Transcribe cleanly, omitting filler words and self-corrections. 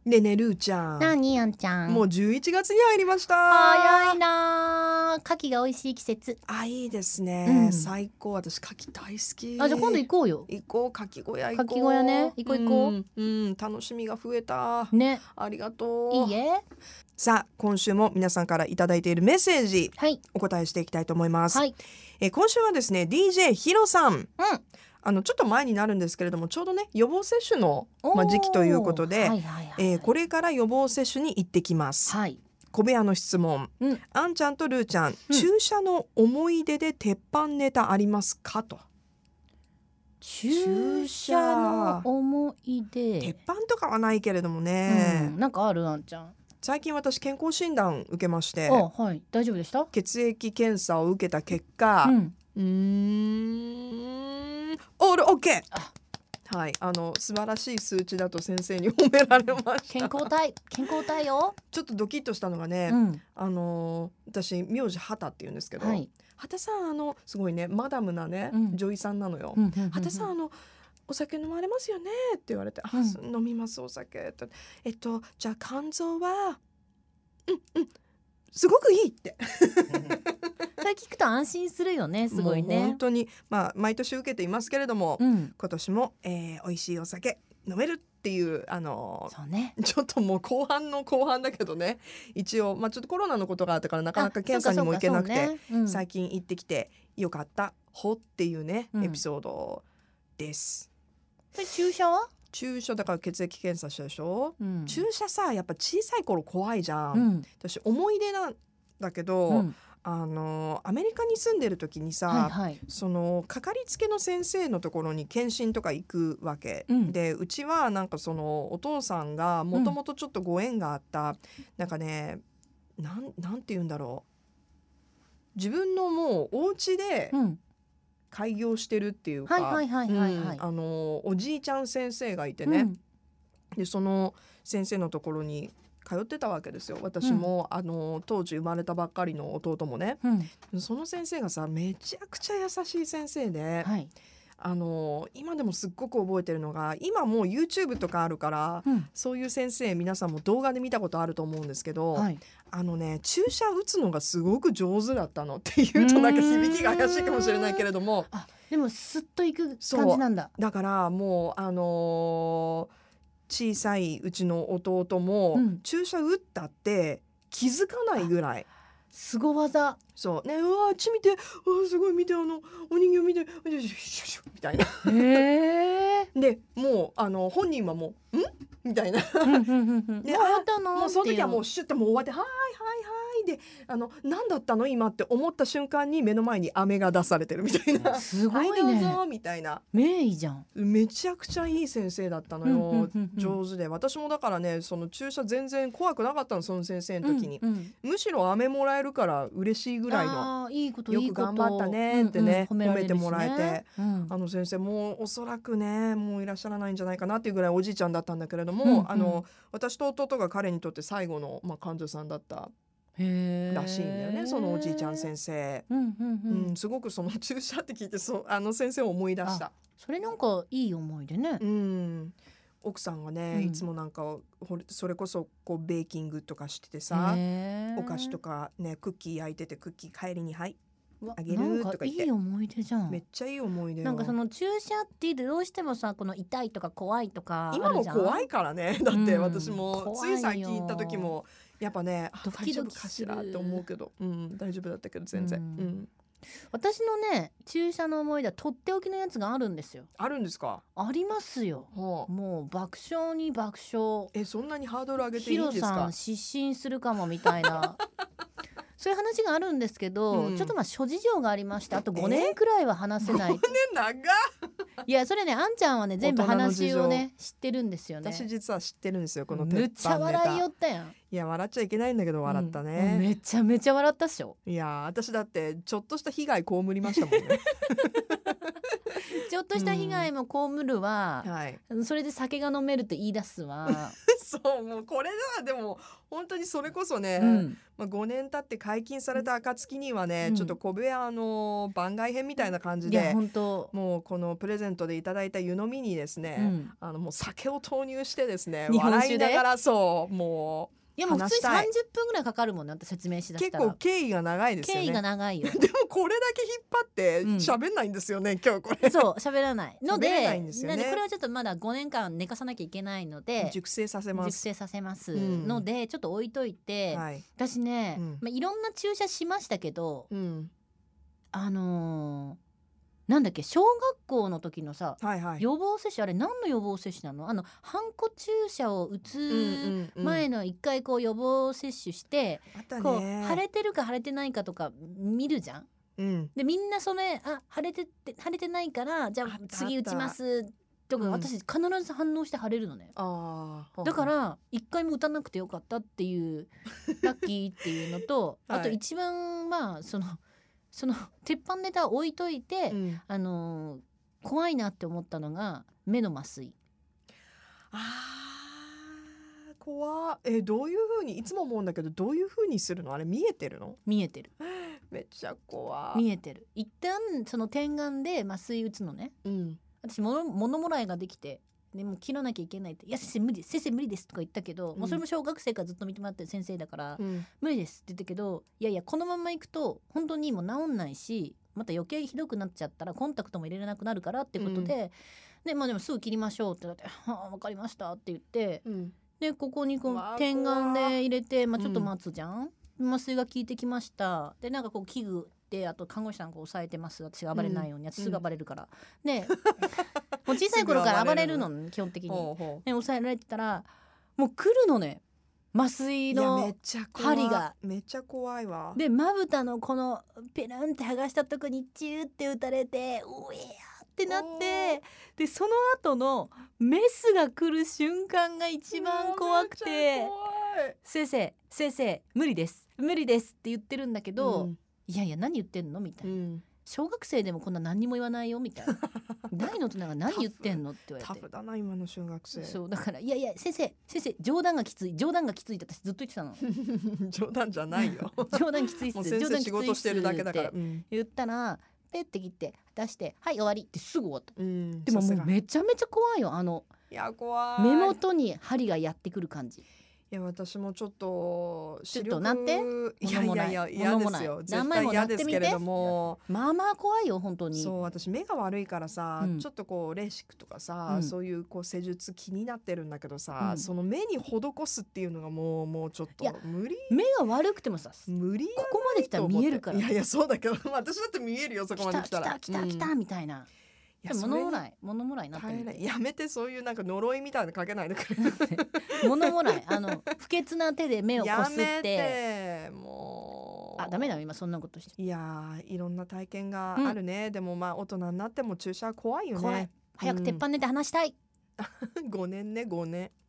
でねるーちゃん、 なにあんちゃん。 もう11月に入りました。 早いな。牡蠣が美味しい季節。 いいですね、 うん、 最高。私牡蠣大好き。 じゃあ今度行こうよ。 行こう、牡蠣小屋行こう。 牡蠣小屋ね、行こう行こう、楽しみが増えたね。 ありがとう。 いいえ。 さあ今週も皆さんからいただいているメッセージ、 はい、 お答えしていきたいと思います。 はい。 今週はですね DJ ヒロさん、 うん。 ちょっと前になるんですけれども、ちょうどね予防接種の、時期ということで、 はいはいはいはい、 これから予防接種に行ってきます。 はい。 小部屋の質問、あんちゃんとルーちゃん、注射の思い出で鉄板ネタありますかと。 注射の思い出。 鉄板とかはないけれどもね、 なんかあるあんちゃん。 最近私健康診断受けまして、 はい、大丈夫でした？ 血液検査を受けた結果、オールオッケー。はい、素晴らしい数値だと先生に褒められました。 健康体よ。 ちょっとドキッとしたのがね、私名字畑って言うんですけど、畑さんすごいねマダムなね、女医さんなのよ。畑さんお酒飲まれますよねって言われて、飲みますお酒って。じゃあ肝臓はすごくいいってそれ聞くと安心するよね。すごいね。 もう本当に、毎年受けていますけれども、今年も、美味しいお酒飲めるっていうそうね、 ちょっともう後半の後半だけどね、一応、ちょっとコロナのことがあったからなかなか検査にも行けなくて、最近行ってきてよかったほっていうね、エピソードです。 注射は？ 注射だから血液検査したでしょ、注射さやっぱ小さい頃怖いじゃん、私思い出なんだけど、アメリカに住んでる時にさ、そのかかりつけの先生のところに検診とか行くわけ、でうちはなんかそのお父さんがもともとちょっとご縁があった、なんかねなんて言うんだろう、自分のもうお家で、開業してるっていうか、おじいちゃん先生がいてね、でその先生のところに通ってたわけですよ。私も、当時生まれたばっかりの弟もね、その先生がさめちゃくちゃ優しい先生で、今でもすっごく覚えてるのが、今もう YouTube とかあるから、そういう先生皆さんも動画で見たことあると思うんですけど、注射打つのがすごく上手だったのっていうとなんか響きが怪しいかもしれないけれども、 でもスッといく感じなんだ。 だからもう小さいうちの弟も、注射打ったって気づかないぐらいすご技。 そうね、うわあっち見て、すごい見て、お人形見てみたいなでもう本人はもうみたいなで、もうその時はもうシュッともう終わって、はいで何だったの今って思った瞬間に目の前に飴が出されてるみたいなすごいね、 はいどうぞみたいな。 名医じゃん。 めちゃくちゃいい先生だったのよ、上手で。私もだからね、その注射全然怖くなかったの、その先生の時に、むしろ飴もらえるから嬉しいぐらいの、 いいことよく頑張ったねってね、褒めてもらえて、先生もうおそらくねもういらっしゃらないんじゃないかなっていうぐらいおじいちゃんだったんだけれども、私と弟が彼にとって最後の、患者さんだったらしいんだよね、そのおじいちゃん先生。すごくその注射って聞いて先生を思い出した。 それなんかいい思い出ね。 奥さんがね、いつもなんかそれこそこうベーキングとかしててさ、お菓子とかねクッキー焼いてて、クッキー帰りにあげるとか言って、 いい思い出じゃん。 めっちゃいい思い出よ。 なんかその注射ってどうしてもさ、この痛いとか怖いとかあるじゃん。 今も怖いからね。だって私もつい最近行った時もやっぱね、大丈夫かしらって思うけど、大丈夫だったけど全然。 私のね注射の思い出はとっておきのやつがあるんですよ。 あるんですか？ ありますよ。もう爆笑に爆笑。 そんなにハードル上げていいんですか？ ヒロさん失神するかもみたいなそういう話があるんですけど、ちょっと諸事情がありまして、あと5年くらいは話せない。 5年長っいやそれね、あんちゃんはね全部話をね知ってるんですよね。 私実は知ってるんですよ、このめっちゃ笑いよったやん。 いや笑っちゃいけないんだけど笑ったね、 めちゃめちゃ笑ったっしょ。 いや私だってちょっとした被害被りましたもんねちょっとした被害も被るわ、 はい、 それで酒が飲めるって言い出すわそうもうこれはでも本当にそれこそね、5年経って解禁された暁にはね、ちょっと小部屋番外編みたいな感じで、 本当もうこのプレゼントでいただいた湯飲みにですね、もう酒を投入してですね、笑いながら、そうもういやもう普通に30分ぐらいかかるもんね、説明しだしたら。 結構経緯が長いですよね。 経緯が長いよでもこれだけ引っ張って喋んないんですよね、今日これ。 そう喋らないので、 なんでこれはちょっとまだ5年間寝かさなきゃいけないので熟成させますので、ちょっと置いといて、私ね、いろんな注射しましたけど、なんだっけ、小学校の時のさ、予防接種、あれ何の予防接種なの？ハンコ注射を打つ前の一回こう予防接種して、こう腫れてるか腫れてないかとか見るじゃん。でみんなそれ腫れてないからじゃあ次打ちますとか、私必ず反応して腫れるのね。だから一回も打たなくてよかったっていうラッキーっていうのと、あと一番その鉄板ネタを置いといて、怖いなって思ったのが目の麻酔。 怖い。どういう風に、いつも思うんだけど、どういう風にするの？あれ見えてるの？ 見えてる。 めっちゃ怖い。 見えてる。一旦その点眼で麻酔打つのね。私物もらいができて、でも切らなきゃいけないって、いや先生無理です、先生無理ですとか言ったけど、もうそれも小学生からずっと見てもらってる先生だから、無理ですって言ったけど、いやいやこのままいくと本当にもう治んないし、また余計ひどくなっちゃったらコンタクトも入れれなくなるからってことで、でもすぐ切りましょうってなって、分かりましたって言って、でここにこう点眼で入れて、ちょっと待つじゃん、麻酔が効いてきました。でなんかこう器具で、あと看護師さんが押さえてます、私が暴れないように、私すぐ暴れるから、でもう小さい頃から暴れるの、基本的に押さえられてたらもう来るのね、麻酔の針が。 めっちゃ怖いわ。 でまぶたのこのペランって剥がしたとこにチューって打たれて、うえやってなって、でその後のメスが来る瞬間が一番怖くて、先生無理です無理ですって言ってるんだけど、いやいや何言ってんのみたいな、小学生でもこんな何にも言わないよみたいな大の大人が何言ってんのって言われて、 タフだな今の小学生。 そうだから、いやいや先生冗談がきついって私ずっと言ってたの冗談じゃないよ冗談きついっす、 もう先生仕事してるだけだから、 言ったらペッて切って出してはい終わりってすぐ終わった、でももうめちゃめちゃ怖いよ、 いや怖い、 目元に針がやってくる感じ。 いや私もちょっとちょっとなって、 いや嫌ですよ、絶対嫌ですけれども、 まあまあ怖いよ本当に。 そう私目が悪いからさ、ちょっとこうレーシックとかさ、そういうこう施術気になってるんだけどさ、その目に施すっていうのがもうちょっと無理。 目が悪くてもさ無理、 ここまで来たら見えるから。 いやそうだけど私だって見えるよ、そこまで来たら。 来たみたいな。物もらいなってみて、 やめて、そういうなんか呪いみたいなのかけないでくれ物もらい、不潔な手で目をこすって、 やめてもう。 ダメだよ今そんなことして。 いやいろんな体験があるね、でも大人になっても注射は怖いよね。 早く鉄板寝て話したい 5年ね5年